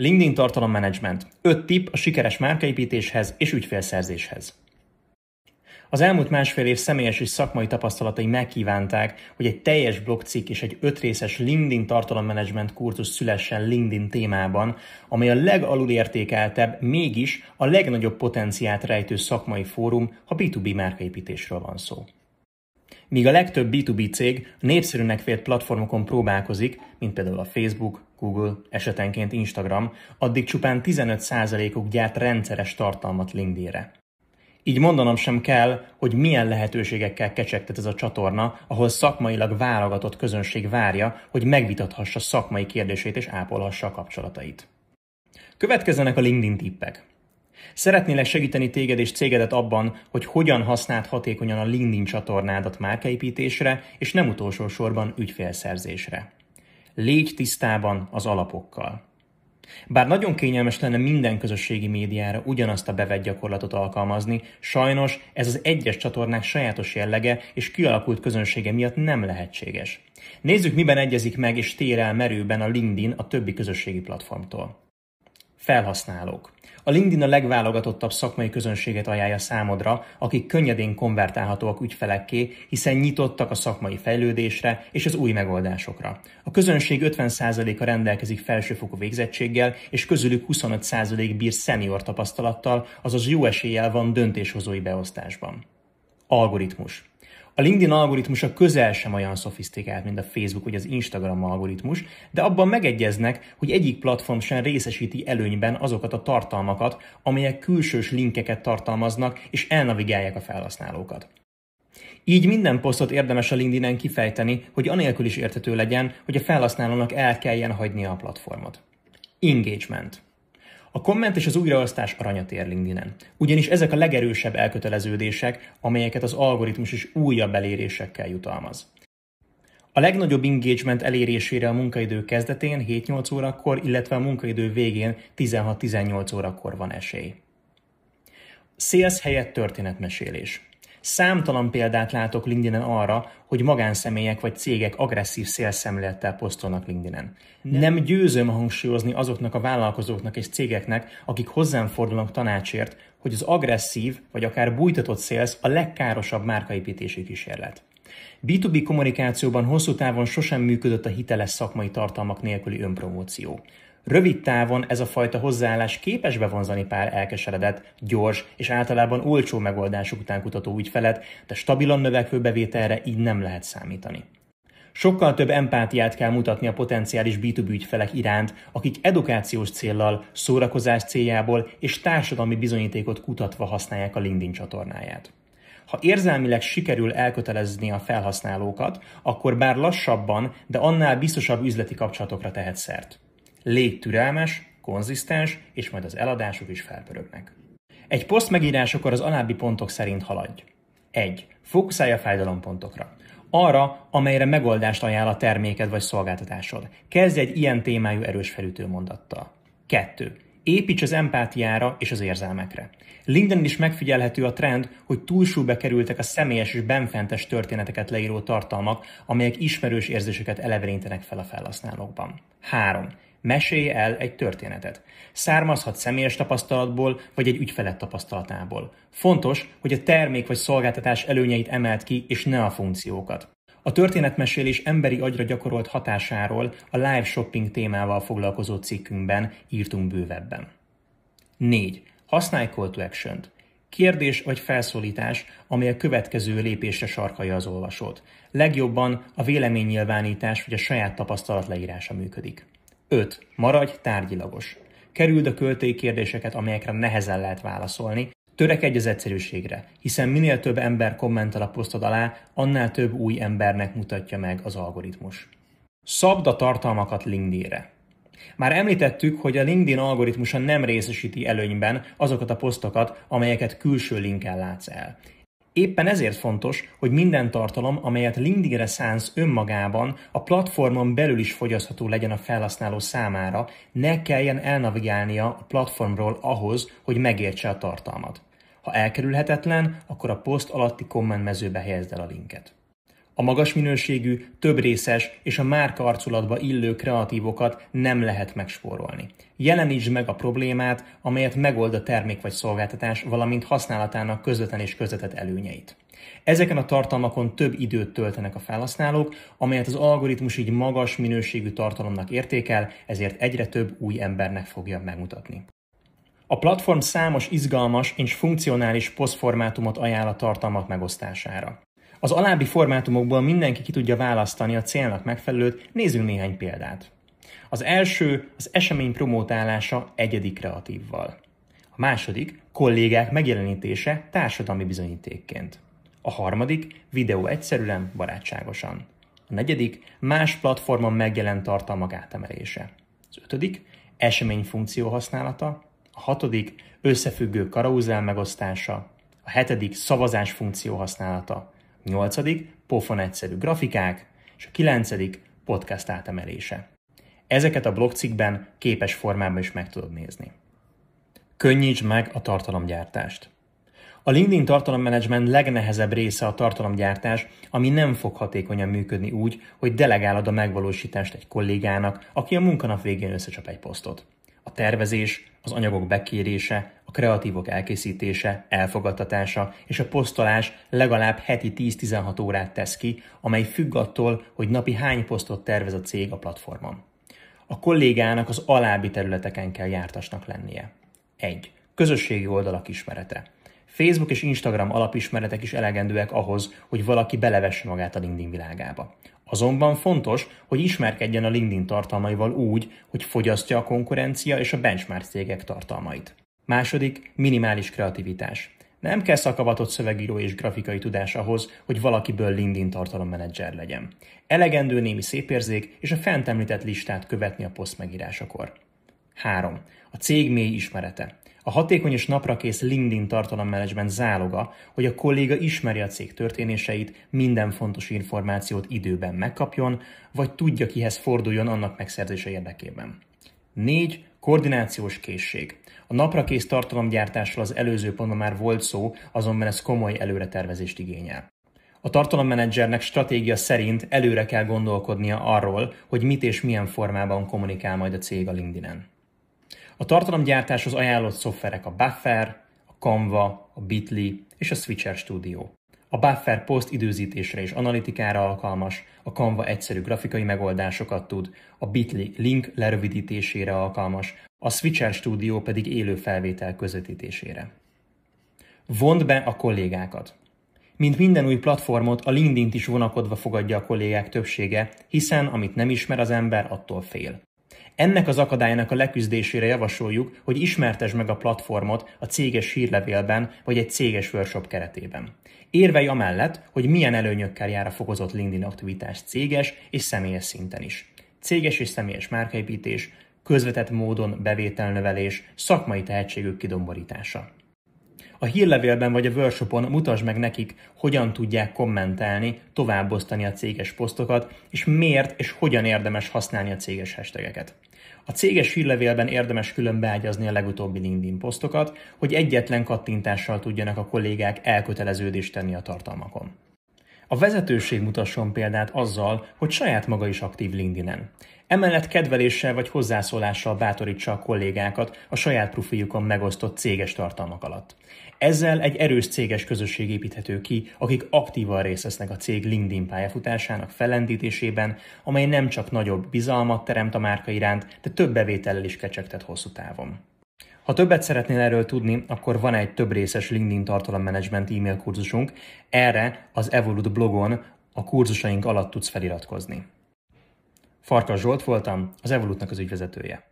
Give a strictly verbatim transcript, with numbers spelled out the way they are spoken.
LinkedIn tartalommenedzsment. öt tipp a sikeres márkaépítéshez és ügyfélszerzéshez. Az elmúlt másfél év személyes és szakmai tapasztalatai megkívánták, hogy egy teljes blogcikk és egy öt részes LinkedIn tartalommenedzsment kurzus szülessen LinkedIn témában, amely a legalulértékeltebb, mégis a legnagyobb potenciált rejtő szakmai fórum, ha bé kettő bé márkaépítésről van szó. Míg a legtöbb bé kettő bé cég a népszerűnek vélt platformokon próbálkozik, mint például a Facebook, Google, esetenként Instagram, addig csupán tizenöt százalékuk gyárt rendszeres tartalmat LinkedInre. Így mondanom sem kell, hogy milyen lehetőségekkel kecsegtet ez a csatorna, ahol szakmailag válogatott közönség várja, hogy megvitathassa szakmai kérdését és ápolhassa a kapcsolatait. Következzenek a LinkedIn tippek. Szeretnélek segíteni téged és cégedet abban, hogy hogyan használd hatékonyan a LinkedIn csatornádat márkaépítésre, és nem utolsó sorban ügyfélszerzésre. Légy tisztában az alapokkal. Bár nagyon kényelmes lenne minden közösségi médiára ugyanazt a bevett gyakorlatot alkalmazni, sajnos ez az egyes csatornák sajátos jellege és kialakult közönsége miatt nem lehetséges. Nézzük, miben egyezik meg és tér el merőben a LinkedIn a többi közösségi platformtól. Felhasználók. A LinkedIn a legválogatottabb szakmai közönséget ajánlja számodra, akik könnyedén konvertálhatóak ügyfelekké, hiszen nyitottak a szakmai fejlődésre és az új megoldásokra. A közönség ötven százaléka rendelkezik felsőfokú végzettséggel, és közülük huszonöt százalék bír szenior tapasztalattal, azaz jó eséllyel van döntéshozói beosztásban. Algoritmus. A LinkedIn algoritmusa közel sem olyan szofisztikált, mint a Facebook vagy az Instagram algoritmus, de abban megegyeznek, hogy egyik platform sem részesíti előnyben azokat a tartalmakat, amelyek külsős linkeket tartalmaznak és elnavigálják a felhasználókat. Így minden posztot érdemes a LinkedInen kifejteni, hogy anélkül is érthető legyen, hogy a felhasználónak el kelljen hagynia a platformot. Engagement. A komment és az újraosztás aranyat ér LinkedInen, ugyanis ezek a legerősebb elköteleződések, amelyeket az algoritmus is újabb elérésekkel jutalmaz. A legnagyobb engagement elérésére a munkaidő kezdetén hét-nyolc órakor, illetve a munkaidő végén tizenhat-tizennyolc órakor van esély. Sales helyett történetmesélés. Számtalan példát látok LinkedInen arra, hogy magánszemélyek vagy cégek agresszív sales szemlélettel posztolnak LinkedInen. Nem győzöm hangsúlyozni azoknak a vállalkozóknak és cégeknek, akik hozzám fordulnak tanácsért, hogy az agresszív vagy akár bújtatott sales a legkárosabb márkaépítési kísérlet. bé kettő bé kommunikációban hosszú távon sosem működött a hiteles szakmai tartalmak nélküli önpromóció. Rövid távon ez a fajta hozzáállás képes bevonzani pár elkeseredett, gyors és általában olcsó megoldások után kutató ügyfelet, de stabilan növekvő bevételre így nem lehet számítani. Sokkal több empátiát kell mutatni a potenciális bé kettő bé ügyfelek iránt, akik edukációs céllal, szórakozás céljából és társadalmi bizonyítékot kutatva használják a LinkedIn csatornáját. Ha érzelmileg sikerül elkötelezni a felhasználókat, akkor bár lassabban, de annál biztosabb üzleti kapcsolatokra tehet szert. Légy türelmes, konzisztens, és majd az eladások is felpörögnek. Egy poszt megírásakor az alábbi pontok szerint haladj. egy. Fókuszálj a fájdalompontokra. Arra, amelyre megoldást ajánl a terméked vagy szolgáltatásod. Kezdj egy ilyen témájú erős felütő mondattal. kettő. Építs az empátiára és az érzelmekre. LinkedIn is megfigyelhető a trend, hogy túlsúlyba kerültek a személyes és benfentes történeteket leíró tartalmak, amelyek ismerős érzéseket elevenítenek fel a felhasználókban. három. Mesélj el egy történetet. Származhat személyes tapasztalatból, vagy egy ügyfeled tapasztalatából. Fontos, hogy a termék vagy szolgáltatás előnyeit emelt ki, és ne a funkciókat. A történetmesélés emberi agyra gyakorolt hatásáról a live shopping témával foglalkozó cikkünkben írtunk bővebben. négy. Használj call to action-t. Kérdés vagy felszólítás, amely a következő lépésre sarkalja az olvasót. Legjobban a véleménynyilvánítás vagy a saját tapasztalat leírása működik. öt. Maradj tárgyilagos. Kerüld a költői kérdéseket, amelyekre nehezen lehet válaszolni. Törekedj az egyszerűségre, hiszen minél több ember kommentel a posztod alá, annál több új embernek mutatja meg az algoritmus. Szabd a tartalmakat LinkedInre. Már említettük, hogy a LinkedIn algoritmusa nem részesíti előnyben azokat a posztokat, amelyeket külső linken látsz el. Éppen ezért fontos, hogy minden tartalom, amelyet LinkedInre szánsz önmagában, a platformon belül is fogyasztható legyen a felhasználó számára, ne kelljen elnavigálnia a platformról ahhoz, hogy megértse a tartalmat. Ha elkerülhetetlen, akkor a poszt alatti kommentmezőbe helyezd el a linket. A magas minőségű, több részes és a márka arculatba illő kreatívokat nem lehet megspórolni. Jelenítsd meg a problémát, amelyet megold a termék vagy szolgáltatás, valamint használatának közvetlen és közvetett előnyeit. Ezeken a tartalmakon több időt töltenek a felhasználók, amelyet az algoritmus így magas minőségű tartalomnak értékel, ezért egyre több új embernek fogja megmutatni. A platform számos izgalmas és funkcionális posztformátumot ajánl a tartalmak megosztására. Az alábbi formátumokból mindenki ki tudja választani a célnak megfelelőt, nézzünk néhány példát. Az első az esemény promótálása egyedi kreatívval. A második kollégák megjelenítése társadalmi bizonyítékként. A harmadik videó egyszerűen, barátságosan. A negyedik más platformon megjelent tartalmak átemelése. Az ötödik eseményfunkció használata. A hatodik összefüggő karauzel megosztása. A hetedik szavazás funkció használata. A nyolcadik pofon egyszerű grafikák, és a kilencedik podcast átemelése. Ezeket a blogcikkben képes formában is meg tudod nézni. Könnyítsd meg a tartalomgyártást. A LinkedIn tartalommenedzsment legnehezebb része a tartalomgyártás, ami nem fog hatékonyan működni úgy, hogy delegálod a megvalósítást egy kollégának, aki a munkanap végén összecsap egy posztot. A tervezés, az anyagok bekérése, a kreatívok elkészítése, elfogadtatása és a posztolás legalább heti tíz-tizenhat órát tesz ki, amely függ attól, hogy napi hány posztot tervez a cég a platformon. A kollégának az alábbi területeken kell jártasnak lennie. egy. Közösségi oldalak ismerete. Facebook és Instagram alapismeretek is elegendőek ahhoz, hogy valaki belevesse magát a LinkedIn világába. Azonban fontos, hogy ismerkedjen a LinkedIn tartalmaival úgy, hogy fogyasztja a konkurencia és a benchmark cégek tartalmait. Második, minimális kreativitás. Nem kell szakavatott szövegíró és grafikai tudás ahhoz, hogy valakiből LinkedIn tartalommenedzser legyen. Elegendő némi szépérzék és a fent említett listát követni a poszt megírásakor. három. A cég mély ismerete. A hatékony és naprakész LinkedIn tartalommenedzsment záloga, hogy a kolléga ismeri a cég történéseit, minden fontos információt időben megkapjon, vagy tudja, kihez forduljon annak megszerzése érdekében. négy. Koordinációs készség. A naprakész tartalomgyártásról az előző pontban már volt szó, azonban ez komoly előretervezést igényel. A tartalommenedzsernek stratégia szerint előre kell gondolkodnia arról, hogy mit és milyen formában kommunikál majd a cég a LinkedIn-en. A tartalomgyártáshoz ajánlott szoftverek a Buffer, a Canva, a Bitly és a Switcher Studio. A Buffer poszt időzítésre és analitikára alkalmas, a Canva egyszerű grafikai megoldásokat tud, a Bitly link lerövidítésére alkalmas, a Switcher Studio pedig élő felvétel közvetítésére. Vond be a kollégákat. Mint minden új platformot, a LinkedIn-t is vonakodva fogadja a kollégák többsége, hiszen amit nem ismer az ember, attól fél. Ennek az akadálynak a leküzdésére javasoljuk, hogy ismertesd meg a platformot a céges hírlevélben vagy egy céges workshop keretében. Érvelj amellett, hogy milyen előnyökkel jár a fokozott LinkedIn aktivitás céges és személyes szinten is. Céges és személyes márkaépítés, közvetett módon bevételnövelés, szakmai tehetségük kidomborítása. A hírlevélben vagy a workshopon mutasd meg nekik, hogyan tudják kommentelni, továbbosztani a céges posztokat, és miért és hogyan érdemes használni a céges hashtageket. A céges hírlevélben érdemes külön beágyazni a legutóbbi LinkedIn posztokat, hogy egyetlen kattintással tudjanak a kollégák elköteleződést tenni a tartalmakon. A vezetőség mutasson példát azzal, hogy saját maga is aktív LinkedIn-en. Emellett kedveléssel vagy hozzászólással bátorítsa a kollégákat a saját profiljukon megosztott céges tartalmak alatt. Ezzel egy erős céges közösség építhető ki, akik aktívan részt vesznek a cég LinkedIn pályafutásának fellendítésében, amely nem csak nagyobb bizalmat teremt a márka iránt, de több bevétellel is kecsegtet hosszú távon. Ha többet szeretnél erről tudni, akkor van egy több részes LinkedIn tartalommenedzsment e-mail kurzusunk, erre az Evolut blogon a kurzusaink alatt tudsz feliratkozni. Farkas Zsolt voltam, az Evolutnak az ügyvezetője.